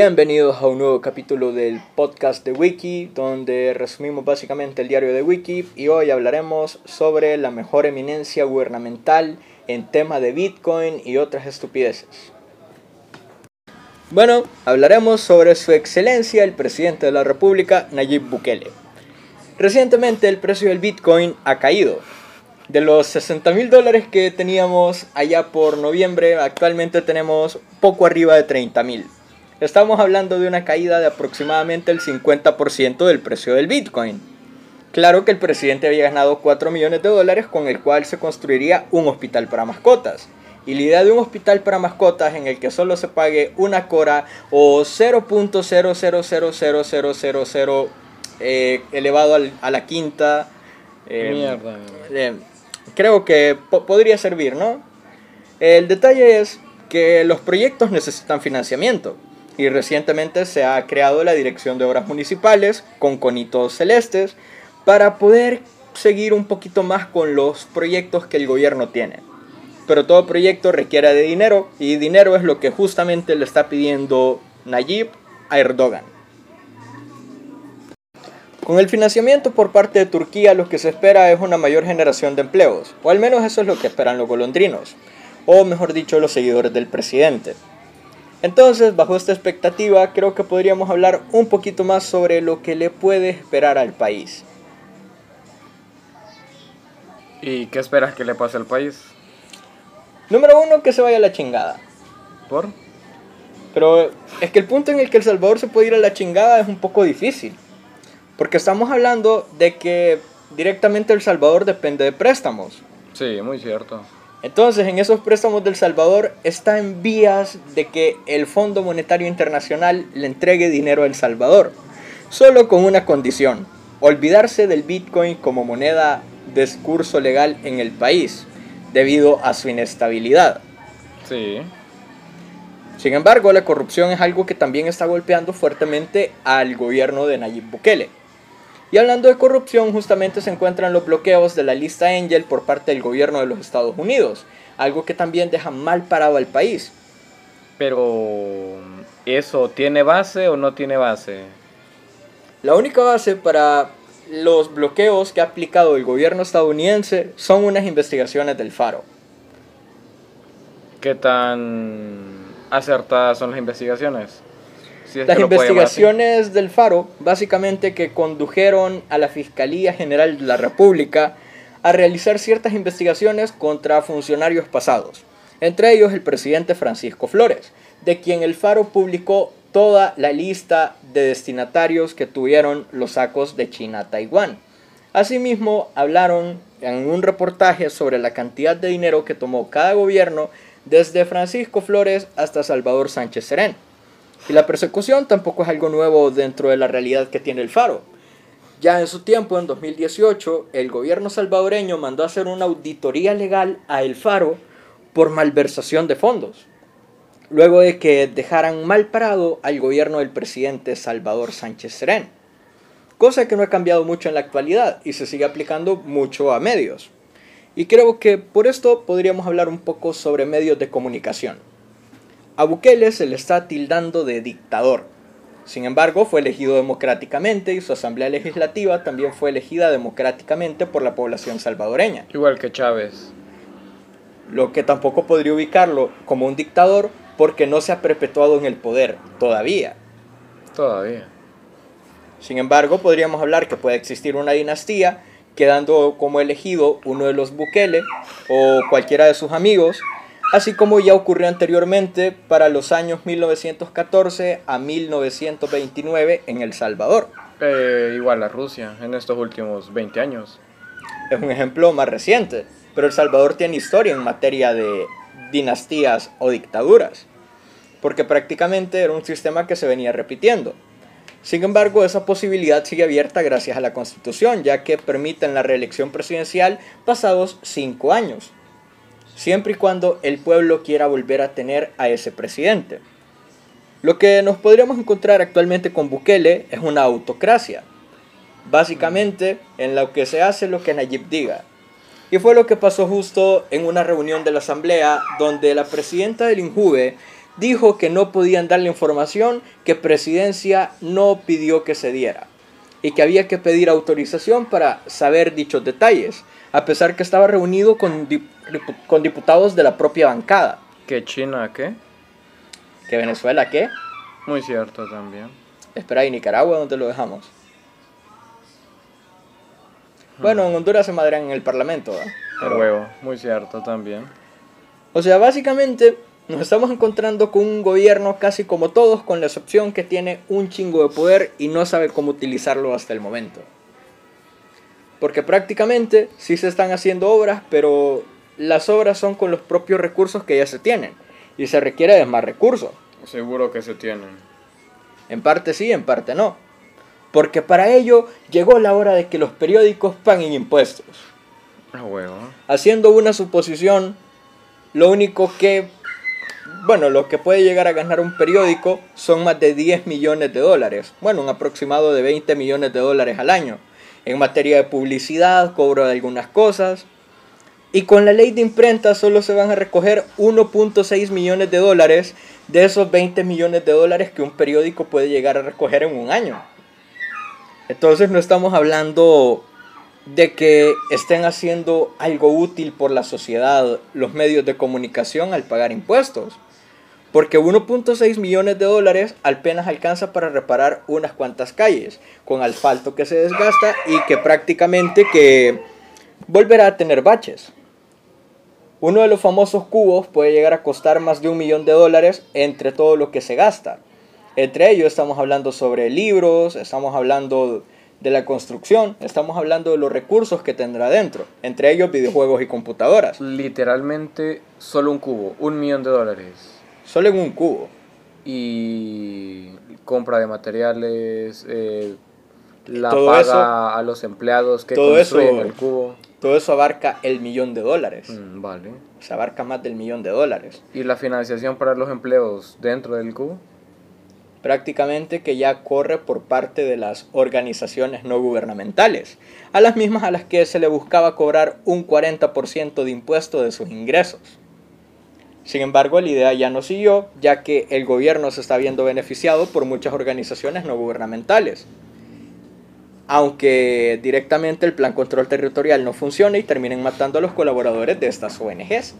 Bienvenidos a un nuevo capítulo del podcast de Wiki, donde resumimos básicamente el diario de Wiki y hoy hablaremos sobre la mejor eminencia gubernamental en tema de Bitcoin y otras estupideces. Bueno, hablaremos sobre su excelencia el presidente de la República, Nayib Bukele. Recientemente el precio del Bitcoin ha caído. De los $60,000 que teníamos allá por noviembre, actualmente tenemos poco arriba de 30,000. Estamos hablando de una caída de aproximadamente el 50% del precio del Bitcoin. Claro que el presidente había ganado $4 millones con el cual se construiría un hospital para mascotas. Y la idea de un hospital para mascotas en el que solo se pague una cora o 0.000000 elevado a la quinta. Mierda. Creo que podría servir, ¿no? El detalle es que los proyectos necesitan financiamiento. Y recientemente se ha creado la Dirección de Obras Municipales con conitos celestes para poder seguir un poquito más con los proyectos que el gobierno tiene. Pero todo proyecto requiere de dinero y dinero es lo que justamente le está pidiendo Nayib a Erdogan. Con el financiamiento por parte de Turquía lo que se espera es una mayor generación de empleos, o al menos eso es lo que esperan los golondrinos, o mejor dicho los seguidores del presidente. Entonces, bajo esta expectativa, creo que podríamos hablar un poquito más sobre lo que le puede esperar al país. ¿Y qué esperas que le pase al país? Número uno, que se vaya a la chingada. ¿Por? Pero es que el punto en el que El Salvador se puede ir a la chingada es un poco difícil. Porque estamos hablando de que directamente El Salvador depende de préstamos. Sí, muy cierto. Entonces, en esos préstamos del Salvador está en vías de que el Fondo Monetario Internacional le entregue dinero a El Salvador, solo con una condición: olvidarse del Bitcoin como moneda de curso legal en el país, debido a su inestabilidad. Sí. Sin embargo, la corrupción es algo que también está golpeando fuertemente al gobierno de Nayib Bukele. Y hablando de corrupción, justamente se encuentran los bloqueos de la lista Angel por parte del gobierno de los Estados Unidos, algo que también deja mal parado al país. Pero, ¿eso tiene base o no tiene base? La única base para los bloqueos que ha aplicado el gobierno estadounidense son unas investigaciones del Faro. ¿Qué tan acertadas son las investigaciones? Si es Las que lo puede llamar así. investigaciones del Faro, básicamente que condujeron a la Fiscalía General de la República a realizar ciertas investigaciones contra funcionarios pasados, entre ellos el presidente Francisco Flores, de quien el Faro publicó toda la lista de destinatarios que tuvieron los sacos de China a Taiwán. Asimismo, hablaron en un reportaje sobre la cantidad de dinero que tomó cada gobierno desde Francisco Flores hasta Salvador Sánchez Serén. Y la persecución tampoco es algo nuevo dentro de la realidad que tiene el Faro. Ya en su tiempo, en 2018, el gobierno salvadoreño mandó a hacer una auditoría legal a El Faro por malversación de fondos, luego de que dejaran mal parado al gobierno del presidente Salvador Sánchez Serén, cosa que no ha cambiado mucho en la actualidad y se sigue aplicando mucho a medios. Y creo que por esto podríamos hablar un poco sobre medios de comunicación. A Bukele se le está tildando de dictador. Sin embargo, fue elegido democráticamente y su asamblea legislativa también fue elegida democráticamente por la población salvadoreña. Igual que Chávez. Lo que tampoco podría ubicarlo como un dictador porque no se ha perpetuado en el poder todavía. Todavía. Sin embargo, podríamos hablar que puede existir una dinastía quedando como elegido uno de los Bukele o cualquiera de sus amigos, así como ya ocurrió anteriormente para los años 1914 a 1929 en El Salvador. Igual a Rusia en estos últimos 20 años. Es un ejemplo más reciente, pero El Salvador tiene historia en materia de dinastías o dictaduras, porque prácticamente era un sistema que se venía repitiendo. Sin embargo, esa posibilidad sigue abierta gracias a la Constitución, ya que permiten la reelección presidencial pasados 5 años. Siempre y cuando el pueblo quiera volver a tener a ese presidente. Lo que nos podríamos encontrar actualmente con Bukele es una autocracia, básicamente en lo que se hace lo que Nayib diga. Y fue lo que pasó justo en una reunión de la asamblea donde la presidenta del INJUVE dijo que no podían dar la información que Presidencia no pidió que se diera y que había que pedir autorización para saber dichos detalles, a pesar que estaba reunido con diputados de la propia bancada. ¿Que China qué? ¿Que Venezuela qué? Muy cierto también. Espera, ¿y Nicaragua dónde lo dejamos? Bueno, en Honduras se madrean en el Parlamento, ¿verdad? Pero huevo, muy cierto también. O sea, básicamente nos estamos encontrando con un gobierno casi como todos, con la excepción que tiene un chingo de poder y no sabe cómo utilizarlo hasta el momento. Porque prácticamente sí se están haciendo obras, pero las obras son con los propios recursos que ya se tienen. Y se requiere de más recursos. Seguro que se tienen. En parte sí, en parte no. Porque para ello llegó la hora de que los periódicos paguen impuestos. Ah, huevo. Haciendo una suposición, lo único que, bueno, lo que puede llegar a ganar un periódico son más de 10 millones de dólares. Bueno, un aproximado de 20 millones de dólares al año. En materia de publicidad, cobro de algunas cosas. Y con la ley de imprenta solo se van a recoger 1.6 millones de dólares de esos 20 millones de dólares que un periódico puede llegar a recoger en un año. Entonces no estamos hablando de que estén haciendo algo útil por la sociedad los medios de comunicación al pagar impuestos. Porque 1.6 millones de dólares apenas alcanza para reparar unas cuantas calles, con asfalto que se desgasta y que prácticamente que volverá a tener baches. Uno de los famosos cubos puede llegar a costar más de $1 millón entre todo lo que se gasta. Entre ellos estamos hablando sobre libros, estamos hablando de la construcción, estamos hablando de los recursos que tendrá dentro, entre ellos videojuegos y computadoras. Literalmente solo un cubo, $1 millón. Solo en un cubo. Y compra de materiales, la todo paga eso, a los empleados que todo construyen eso, el cubo. Todo eso abarca $1 millón. Vale. O sea, abarca más del $1 millón. ¿Y la financiación para los empleos dentro del cubo? Prácticamente que ya corre por parte de las organizaciones no gubernamentales, a las mismas a las que se le buscaba cobrar un 40% de impuesto de sus ingresos. Sin embargo, la idea ya no siguió, ya que el gobierno se está viendo beneficiado por muchas organizaciones no gubernamentales. Aunque directamente el plan control territorial no funcione y terminen matando a los colaboradores de estas ONGs.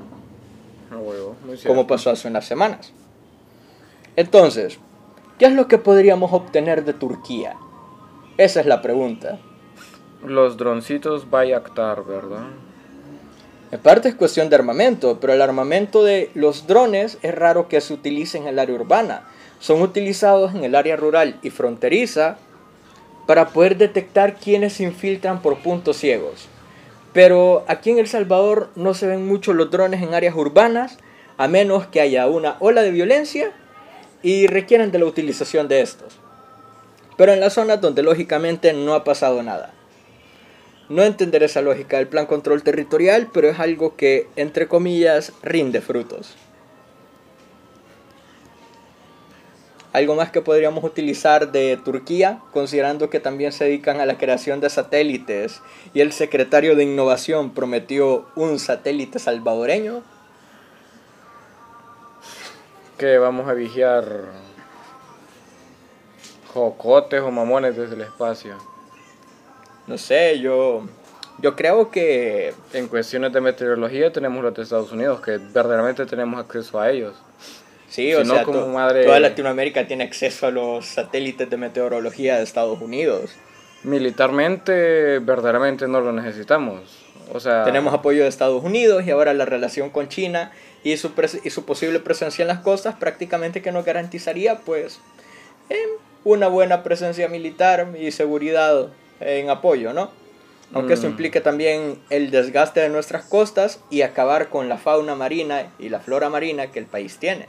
Como pasó hace unas semanas. Entonces, ¿qué es lo que podríamos obtener de Turquía? Esa es la pregunta. Los droncitos Bayraktar, ¿verdad? En parte es cuestión de armamento, pero el armamento de los drones es raro que se utilice en el área urbana. Son utilizados en el área rural y fronteriza para poder detectar quienes se infiltran por puntos ciegos. Pero aquí en El Salvador no se ven mucho los drones en áreas urbanas, a menos que haya una ola de violencia y requieren de la utilización de estos. Pero en las zonas donde lógicamente no ha pasado nada. No entender esa lógica del plan control territorial, pero es algo que, entre comillas, rinde frutos. Algo más que podríamos utilizar de Turquía, considerando que también se dedican a la creación de satélites y el secretario de Innovación prometió un satélite salvadoreño. Que vamos a vigiar jocotes o mamones desde el espacio. No sé, yo creo que en cuestiones de meteorología tenemos los de Estados Unidos, que verdaderamente tenemos acceso a ellos. Sí, o sea, toda Latinoamérica tiene acceso a los satélites de meteorología de Estados Unidos. Militarmente, verdaderamente no lo necesitamos. O sea, tenemos apoyo de Estados Unidos y ahora la relación con China y su posible presencia en las costas prácticamente que nos garantizaría pues una buena presencia militar y seguridad en apoyo, ¿no? Aunque esto implique también el desgaste de nuestras costas y acabar con la fauna marina y la flora marina que el país tiene.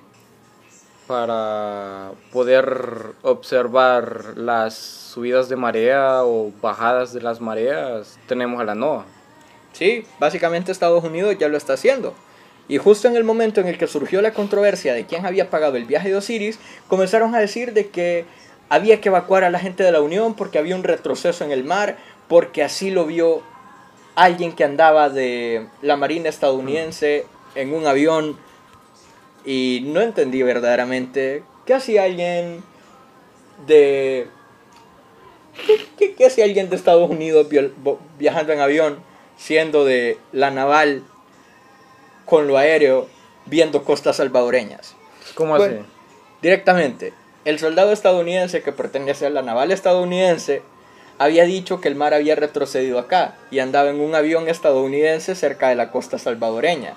Para poder observar las subidas de marea o bajadas de las mareas, tenemos a la NOAA. Sí, básicamente Estados Unidos ya lo está haciendo. Y justo en el momento en el que surgió la controversia de quién había pagado el viaje de Osiris, comenzaron a decir de que había que evacuar a la gente de la Unión porque había un retroceso en el mar, porque así lo vio alguien que andaba de la Marina estadounidense en un avión Y no entendí verdaderamente qué hacía alguien de... ¿Qué hacía alguien de Estados Unidos viajando en avión, siendo de la naval con lo aéreo, viendo costas salvadoreñas? ¿Cómo así? Bueno, directamente, el soldado estadounidense que pertenece a la naval estadounidense había dicho que el mar había retrocedido acá y andaba en un avión estadounidense cerca de la costa salvadoreña.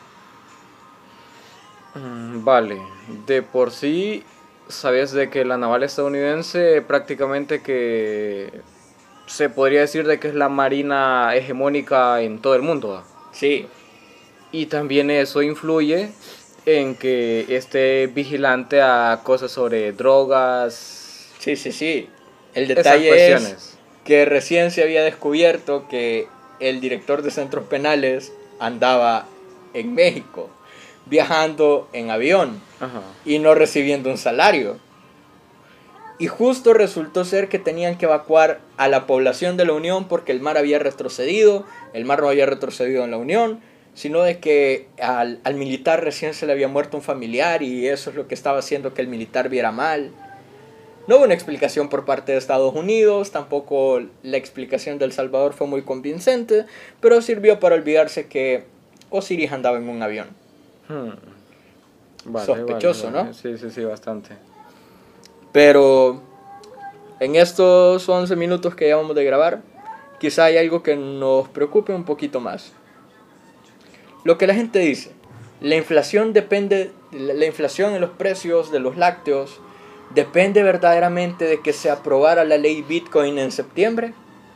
Vale, de por sí, ¿sabías de que la naval estadounidense prácticamente que se podría decir de que es la marina hegemónica en todo el mundo? ¿Va? Sí, Y también eso influye en que esté vigilante a cosas sobre drogas, sí. El esas detalle es cuestiones. que recién se había descubierto que el director de centros penales andaba en México, viajando en avión Ajá. y no recibiendo un salario. Y justo resultó ser que tenían que evacuar a la población de la Unión porque el mar había retrocedido, el mar no había retrocedido en la Unión, sino de que al militar recién se le había muerto un familiar y eso es lo que estaba haciendo que el militar viera mal. No hubo una explicación por parte de Estados Unidos, tampoco la explicación de El Salvador fue muy convincente, pero sirvió para olvidarse que Osiris andaba en un avión. Hmm. Vale, Sospechoso, vale. ¿no? Sí, bastante. Pero en estos 11 minutos que llevamos de grabar, quizá hay algo que nos preocupe un poquito más. Lo que la gente dice, la inflación en los precios de los lácteos depende verdaderamente de que se aprobara la ley Bitcoin en septiembre.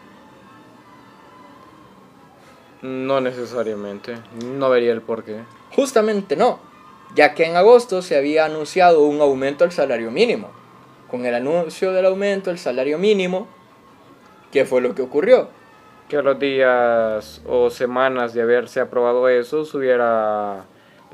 No necesariamente, no vería el porqué. Justamente no, ya que en agosto se había anunciado un aumento al salario mínimo. Con el anuncio del aumento del salario mínimo, ¿qué fue lo que ocurrió? Que a los días o semanas de haberse aprobado eso, subiera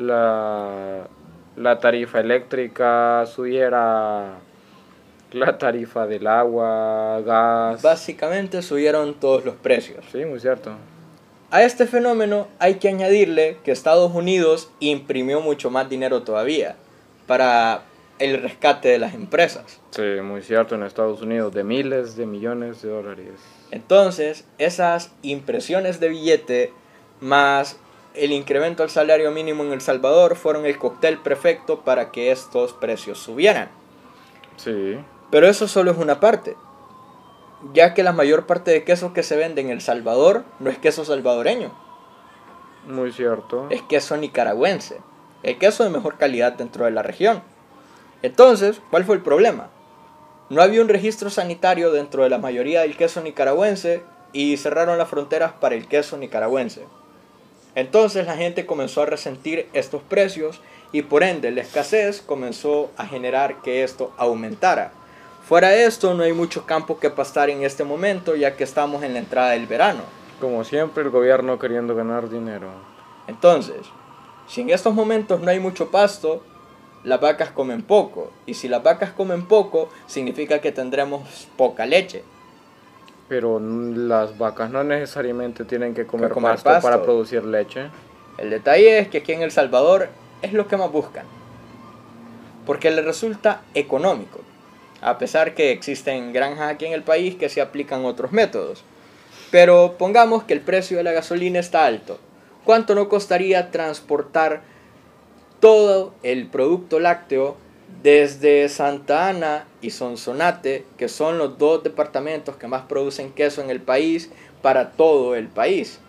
la tarifa eléctrica, subiera la tarifa del agua, gas. Básicamente subieron todos los precios. Sí, muy cierto. A este fenómeno hay que añadirle que Estados Unidos imprimió mucho más dinero todavía para el rescate de las empresas. Sí, muy cierto, en Estados Unidos, de miles de millones de dólares. Entonces, esas impresiones de billete más el incremento al salario mínimo en El Salvador fueron el cóctel perfecto para que estos precios subieran. Sí. Pero eso solo es una parte, ya que la mayor parte de queso que se vende en El Salvador no es queso salvadoreño, Muy cierto. es queso nicaragüense, el queso de mejor calidad dentro de la región. Entonces, ¿cuál fue el problema? No había un registro sanitario dentro de la mayoría del queso nicaragüense y cerraron las fronteras para el queso nicaragüense. Entonces la gente comenzó a resentir estos precios y por ende la escasez comenzó a generar que esto aumentara. Fuera de esto no hay mucho campo que pastar en este momento ya que estamos en la entrada del verano. Como siempre, el gobierno queriendo ganar dinero. Entonces, si en estos momentos no hay mucho pasto, las vacas comen poco. Y si las vacas comen poco, significa que tendremos poca leche. Pero las vacas no necesariamente tienen que comer, comer pasto para producir leche. El detalle es que aquí en El Salvador es lo que más buscan. Porque les resulta económico. A pesar que existen granjas aquí en el país que se aplican otros métodos. Pero pongamos que el precio de la gasolina está alto. ¿Cuánto no costaría transportar todo el producto lácteo desde Santa Ana y Sonsonate, que son los dos departamentos que más producen queso en el país, para todo el país?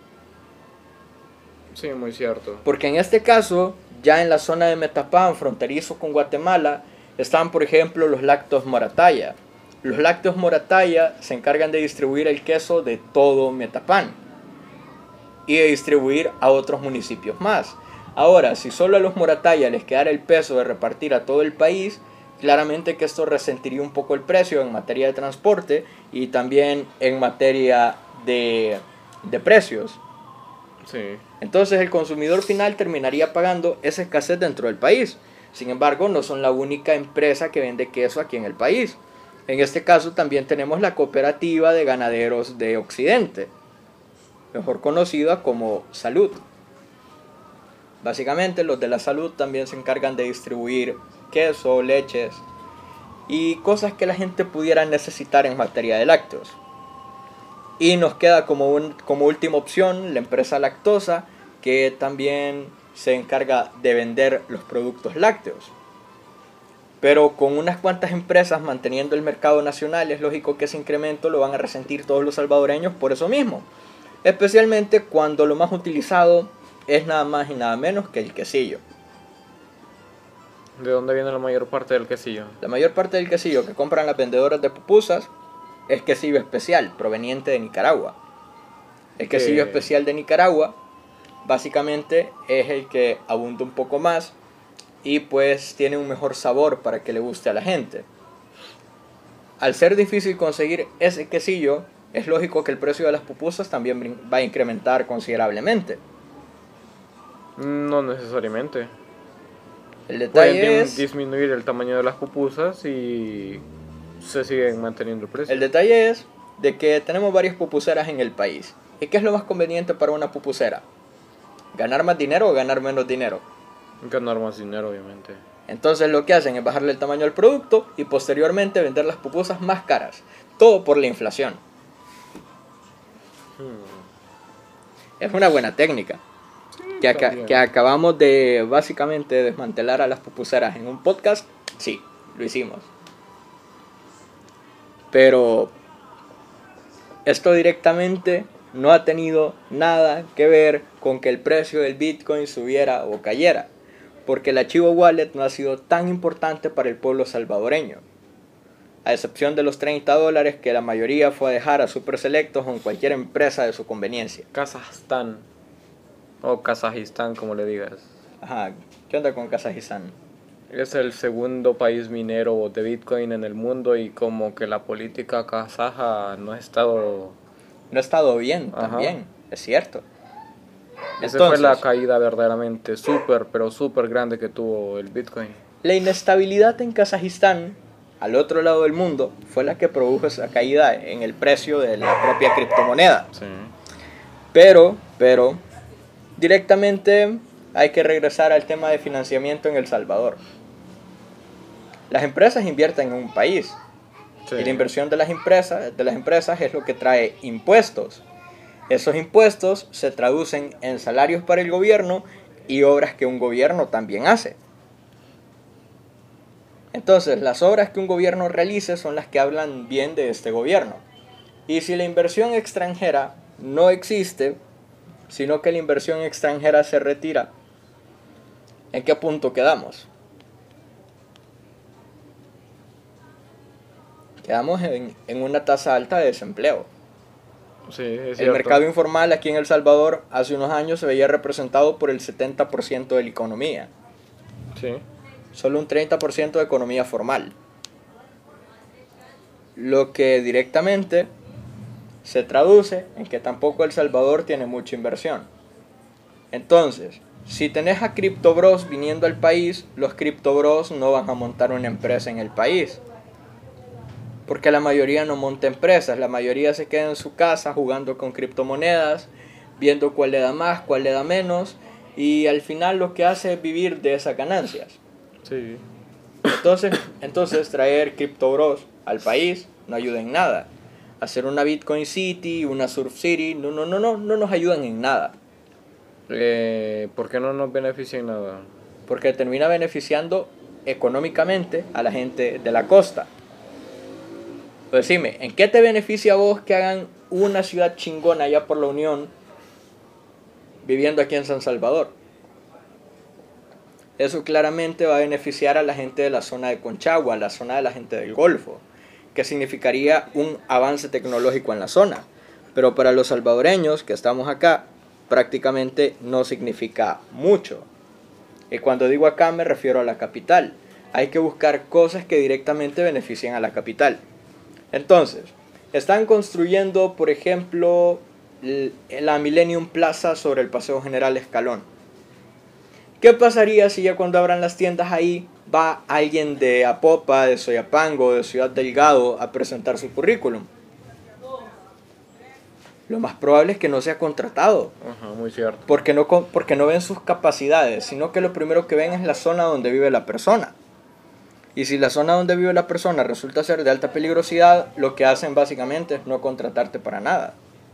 Sí, muy cierto. Porque en este caso, ya en la zona de Metapán, fronterizo con Guatemala, están por ejemplo los lácteos Moratalla. Los lácteos Moratalla se encargan de distribuir el queso de todo Metapán y de distribuir a otros municipios más. Ahora, si solo a los Moratalla les quedara el peso de repartir a todo el país, claramente que esto resentiría un poco el precio en materia de transporte y también en materia de precios. Sí. Entonces el consumidor final terminaría pagando esa escasez dentro del país. Sin embargo, no son la única empresa que vende queso aquí en el país. En este caso también tenemos la Cooperativa de Ganaderos de Occidente, mejor conocida como Salud. Básicamente los de la salud también se encargan de distribuir queso, leches y cosas que la gente pudiera necesitar en materia de lácteos. Y nos queda como última opción la empresa Lactosa, que también se encarga de vender los productos lácteos. Pero con unas cuantas empresas manteniendo el mercado nacional, es lógico que ese incremento lo van a resentir todos los salvadoreños por eso mismo. Especialmente cuando lo más utilizado es nada más y nada menos que el quesillo. ¿De dónde viene la mayor parte del quesillo? La mayor parte del quesillo que compran las vendedoras de pupusas es quesillo especial, proveniente de Nicaragua. El quesillo especial de Nicaragua básicamente es el que abunda un poco más y pues tiene un mejor sabor para que le guste a la gente. Al ser difícil conseguir ese quesillo, es lógico que el precio de las pupusas también va a incrementar considerablemente. No necesariamente. El detalle Pueden es... disminuir el tamaño de las pupusas y se siguen manteniendo el precio. El detalle es de que tenemos varias pupuseras en el país. ¿Y qué es lo más conveniente para una pupusera? ¿Ganar más dinero o ganar menos dinero? Ganar más dinero, obviamente. Entonces lo que hacen es bajarle el tamaño al producto y posteriormente vender las pupusas más caras. Todo por la inflación. Es una buena técnica. Que acabamos de básicamente desmantelar a las pupuseras en un podcast. Sí, lo hicimos. Pero esto directamente no ha tenido nada que ver con que el precio del Bitcoin subiera o cayera, porque la Chivo Wallet no ha sido tan importante para el pueblo salvadoreño, a excepción de los $30 que la mayoría fue a dejar a Super Selectos o en cualquier empresa de su conveniencia. Kazajstán, o Kazajistán, como le digas. Ajá, ¿qué onda con Kazajistán? Es el segundo país minero de Bitcoin en el mundo y como que la política kazaja no ha estado... No ha estado bien Ajá. también, es cierto. Esa fue la caída verdaderamente pero súper grande que tuvo el Bitcoin. La inestabilidad en Kazajistán, al otro lado del mundo, fue la que produjo esa caída en el precio de la propia criptomoneda. Sí. Pero, directamente hay que regresar al tema de financiamiento en El Salvador. Las empresas invierten en un país. Sí. Y la inversión de las empresas es lo que trae impuestos. Esos impuestos se traducen en salarios para el gobierno y obras que un gobierno también hace. Entonces, las obras que un gobierno realice son las que hablan bien de este gobierno. Y si la inversión extranjera no existe, sino que la inversión extranjera se retira, ¿en qué punto quedamos? Quedamos en una tasa alta de desempleo. Sí, es El cierto. mercado informal aquí en El Salvador hace unos años se veía representado por el 70% de la economía. Sí. Solo un 30% de economía formal. Lo que directamente se traduce en que tampoco El Salvador tiene mucha inversión. Entonces, si tenés a Crypto Bros viniendo al país, los Crypto Bros no van a montar una empresa en el país. Porque la mayoría no monta empresas, la mayoría se queda en su casa jugando con criptomonedas, viendo cuál le da más, cuál le da menos, y al final lo que hace es vivir de esas ganancias. Sí. Entonces traer Crypto Bros al país no ayuda en nada. Hacer una Bitcoin City, una Surf City, no nos ayudan en nada. ¿Por qué no nos beneficia en nada? Porque termina beneficiando económicamente a la gente de la costa. Pues decime, ¿en qué te beneficia a vos que hagan una ciudad chingona allá por la Unión viviendo aquí en San Salvador? Eso claramente va a beneficiar a la gente de la zona de Conchagua, a la zona de la gente del Golfo, que significaría un avance tecnológico en la zona. Pero para los salvadoreños que estamos acá, prácticamente no significa mucho. Y cuando digo acá me refiero a la capital. Hay que buscar cosas que directamente beneficien a la capital. Entonces, están construyendo, por ejemplo, la Millennium Plaza sobre el Paseo General Escalón. ¿Qué pasaría si ya cuando abran las tiendas ahí va alguien de Apopa, de Soyapango, de Ciudad Delgado a presentar su currículum? lo más probable es que no sea contratado. Ajá, muy cierto. Porque no ven sus capacidades, sino que lo primero que ven es la zona donde vive la persona. Y si la zona donde vive la persona resulta ser de alta peligrosidad, lo que hacen básicamente es no contratarte para nada.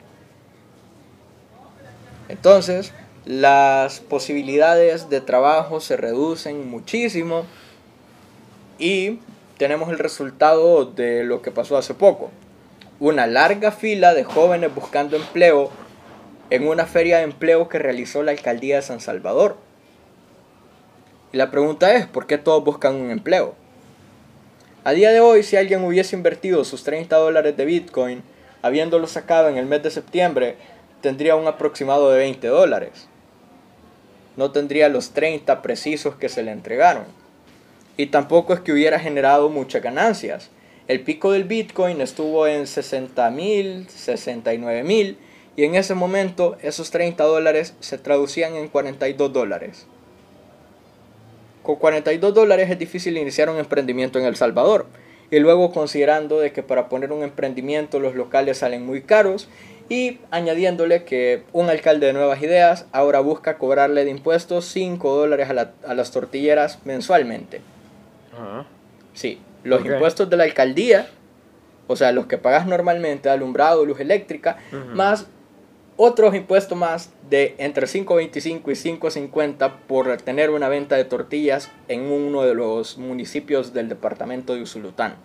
Entonces, las posibilidades de trabajo se reducen muchísimo y tenemos el resultado de lo que pasó hace poco. Una larga fila de jóvenes buscando empleo en una feria de empleo que realizó la alcaldía de San Salvador. Y la pregunta es, ¿por qué todos buscan un empleo? A día de hoy, si alguien hubiese invertido sus $30 de Bitcoin, habiéndolo sacado en el mes de septiembre, tendría un aproximado de $20. No tendría los 30 precisos que se le entregaron. Y tampoco es que hubiera generado muchas ganancias. El pico del Bitcoin estuvo en 60,000, 69,000, y en ese momento esos $30 se traducían en $42. Con $42 es difícil iniciar un emprendimiento en El Salvador. Y luego considerando de que para poner un emprendimiento los locales salen muy caros, y añadiéndole que un alcalde de Nuevas Ideas ahora busca cobrarle de impuestos $5 a las tortilleras mensualmente. Ajá. Sí, los Ok. impuestos de la alcaldía, o sea, los que pagas normalmente, alumbrado, luz eléctrica, Ujú. más otros impuestos más de entre 5.25 y 5.50 por tener una venta de tortillas en uno de los municipios del departamento de Usulután.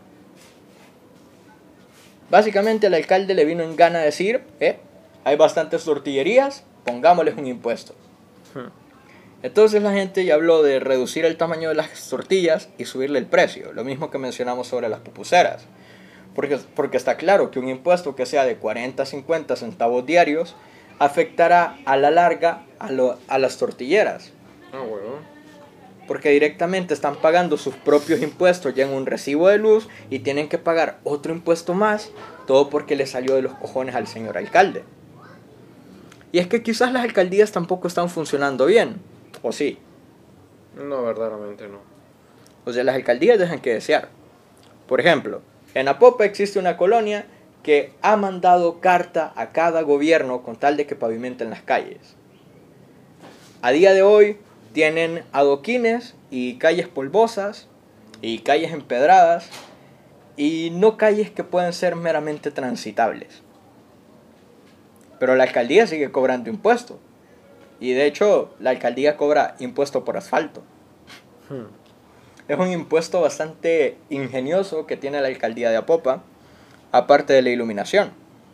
Básicamente el alcalde le vino en gana a decir, hay bastantes tortillerías, pongámosles un impuesto. Ujú. Entonces la gente ya habló de reducir el tamaño de las tortillas y subirle el precio, lo mismo que mencionamos sobre las pupuseras. Porque está claro que un impuesto que sea de 40 a 50 centavos diarios afectará a la larga a las tortilleras. Ah, bueno. Porque directamente están pagando sus propios impuestos ya en un recibo de luz y tienen que pagar otro impuesto más, todo porque le salió de los cojones al señor alcalde. Y es que quizás las alcaldías tampoco están funcionando bien, ¿o sí? No, verdaderamente no. O sea, las alcaldías dejan que desear. Por ejemplo, en Apopa existe una colonia que ha mandado carta a cada gobierno con tal de que pavimenten las calles. A día de hoy tienen adoquines y calles polvosas y calles empedradas y no calles que pueden ser meramente transitables. Pero la alcaldía sigue cobrando impuestos. Y de hecho, la alcaldía cobra impuesto por asfalto. Hmm. Es un impuesto bastante ingenioso que tiene la alcaldía de Apopa, aparte de la iluminación.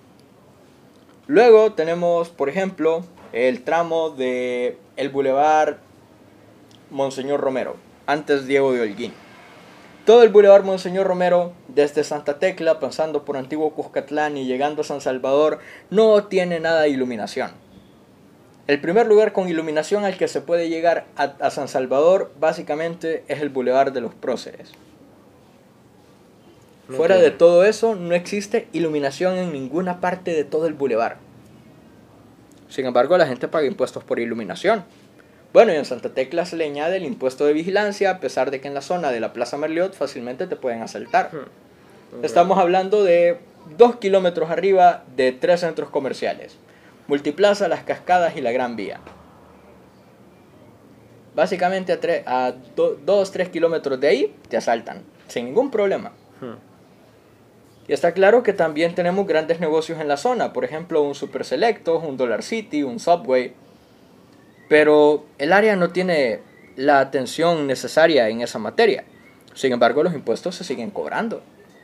Luego tenemos, por ejemplo, el tramo de el Boulevard Monseñor Romero, antes Diego de Holguín. Todo el Boulevard Monseñor Romero, desde Santa Tecla, pasando por Antiguo Cuscatlán y llegando a San Salvador, no tiene nada de iluminación. El primer lugar con iluminación al que se puede llegar a San Salvador, básicamente, es el Boulevard de los Próceres. No Fuera de tiene. todo eso, no existe iluminación en ninguna parte de todo el bulevar. Sin embargo, la gente paga impuestos por iluminación. Bueno, y en Santa Tecla se le añade el impuesto de vigilancia, a pesar de que en la zona de la Plaza Merliot fácilmente te pueden asaltar. Hmm. Ok. Estamos hablando de 2 kilómetros arriba de 3 centros comerciales: Multiplaza, Las Cascadas y la Gran Vía. Básicamente a 2-3 kilómetros de ahí te asaltan, sin ningún problema. Hmm. Y está claro que también tenemos grandes negocios en la zona, por ejemplo un Super Selectos, un Dollar City, un Subway, pero el área no tiene la atención necesaria en esa materia. Sin embargo, los impuestos se siguen cobrando.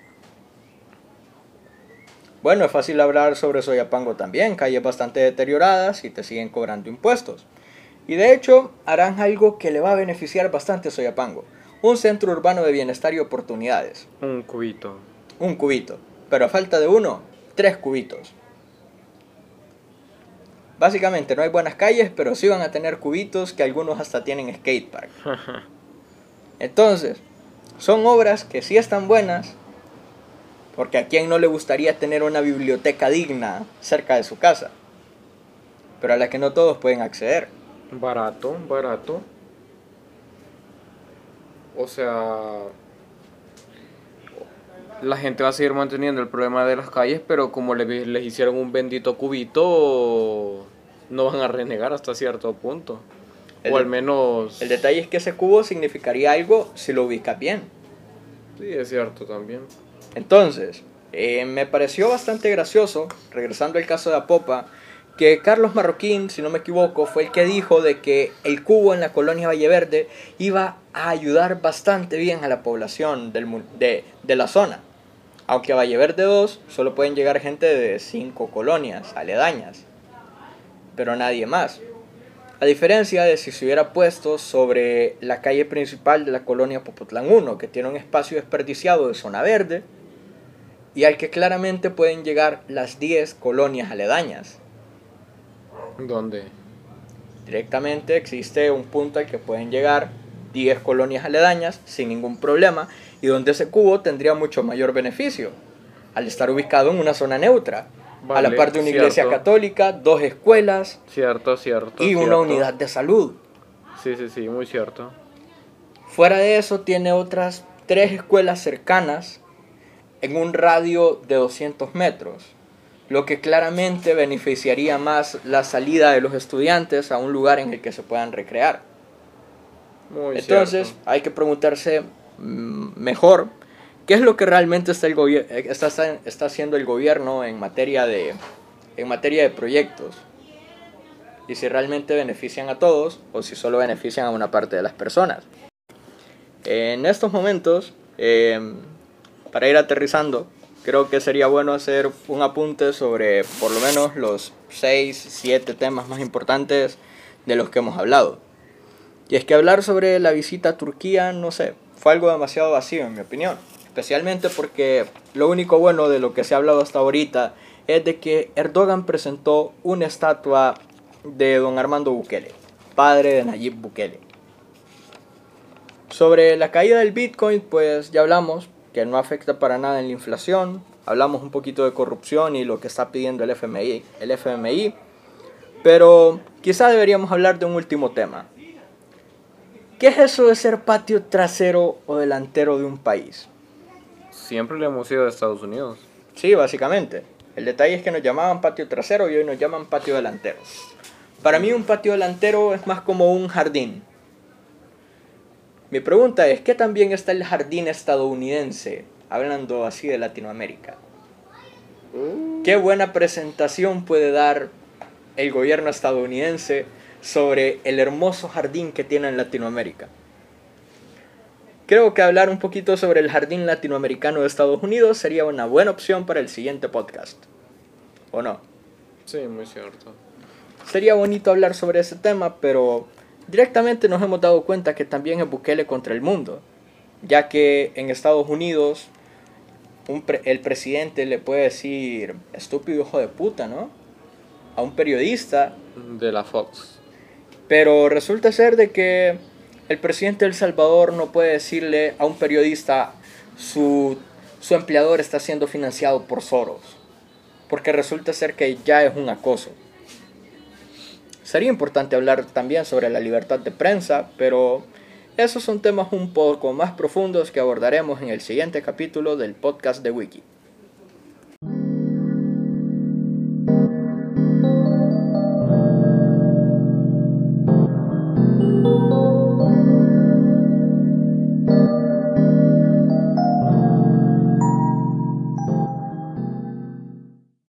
Bueno, es fácil hablar sobre Soyapango también, calles bastante deterioradas y te siguen cobrando impuestos. Y de hecho, harán algo que le va a beneficiar bastante a Soyapango: un centro urbano de bienestar y oportunidades. Un cubito. Un cubito, pero a falta de uno, 3 cubitos. Básicamente no hay buenas calles, pero sí van a tener cubitos que algunos hasta tienen skatepark. Entonces, son obras que sí están buenas, porque a quien no le gustaría tener una biblioteca digna cerca de su casa, pero a la que no todos pueden acceder. Barato, barato. O sea, la gente va a seguir manteniendo el problema de las calles, pero como les hicieron un bendito cubito, no van a renegar hasta cierto punto. O al menos... El detalle es que ese cubo significaría algo si lo ubicas bien. Sí, es cierto también. Entonces, me pareció bastante gracioso, regresando al caso de Apopa, que Carlos Marroquín, si no me equivoco, fue el que dijo de que el cubo en la colonia Valleverde iba a ayudar bastante bien a la población de la zona. Aunque a Valleverde 2 solo pueden llegar gente de 5 colonias aledañas, pero nadie más. A diferencia de si se hubiera puesto sobre la calle principal de la colonia Popotlán 1, que tiene un espacio desperdiciado de zona verde, y al que claramente pueden llegar las 10 colonias aledañas. ¿Dónde? Directamente existe un punto al que pueden llegar 10 colonias aledañas sin ningún problema, y donde ese cubo tendría mucho mayor beneficio, al estar ubicado en una zona neutra. Vale, a la par de una iglesia católica, 2 escuelas cierto, y una unidad de salud. Sí, muy cierto. Fuera de eso tiene otras 3 escuelas cercanas en un radio de 200 metros, lo que claramente beneficiaría más la salida de los estudiantes a un lugar en el que se puedan recrear. Entonces cierto. Hay que preguntarse mejor qué es lo que realmente está haciendo el gobierno en materia de proyectos, y si realmente benefician a todos o si solo benefician a una parte de las personas. En estos momentos, para ir aterrizando, creo que sería bueno hacer un apunte sobre por lo menos los 6-7 temas más importantes de los que hemos hablado. Y es que hablar sobre la visita a Turquía, no sé, fue algo demasiado vacío en mi opinión. Especialmente porque lo único bueno de lo que se ha hablado hasta ahorita es de que Erdogan presentó una estatua de don Armando Bukele, padre de Nayib Bukele. Sobre la caída del Bitcoin, pues ya hablamos que no afecta para nada en la inflación. Hablamos un poquito de corrupción y lo que está pidiendo el FMI. Pero quizá deberíamos hablar de un último tema. ¿Qué es eso de ser patio trasero o delantero de un país? Siempre le hemos ido a Estados Unidos. Sí, básicamente. El detalle es que nos llamaban patio trasero y hoy nos llaman patio delantero. Para mí un patio delantero es más como un jardín. Mi pregunta es, ¿qué tan bien está el jardín estadounidense, hablando así de Latinoamérica? ¿Qué buena presentación puede dar el gobierno estadounidense sobre el hermoso jardín que tiene en Latinoamérica? Creo que hablar un poquito sobre el jardín latinoamericano de Estados Unidos sería una buena opción para el siguiente podcast. ¿O no? Sí, muy cierto. Sería bonito hablar sobre ese tema, pero directamente nos hemos dado cuenta que también es Bukele contra el mundo, ya que en Estados Unidos el presidente le puede decir estúpido hijo de puta, ¿no? A un periodista. De la Fox. Pero resulta ser de que el presidente de El Salvador no puede decirle a un periodista su empleador está siendo financiado por Soros, porque resulta ser que ya es un acoso. Sería importante hablar también sobre la libertad de prensa, pero esos son temas un poco más profundos que abordaremos en el siguiente capítulo del podcast de Wiki.